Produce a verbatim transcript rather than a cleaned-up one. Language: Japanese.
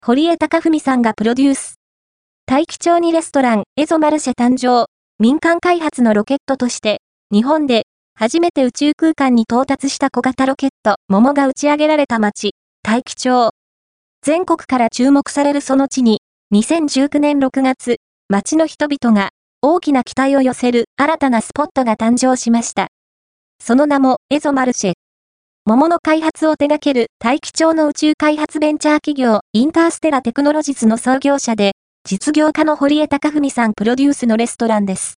堀江貴文さんがプロデュース。大樹町にレストラン、エゾマルシェ誕生。民間開発のロケットとして、日本で初めて宇宙空間に到達した小型ロケット、桃が打ち上げられた町、大樹町。全国から注目されるその地に、にせんじゅうきゅうねんろくがつ、町の人々が大きな期待を寄せる新たなスポットが誕生しました。その名も、エゾマルシェ。桃の開発を手掛ける大樹町の宇宙開発ベンチャー企業、インターステラテクノロジスの創業者で、実業家の堀江貴文さんプロデュースのレストランです。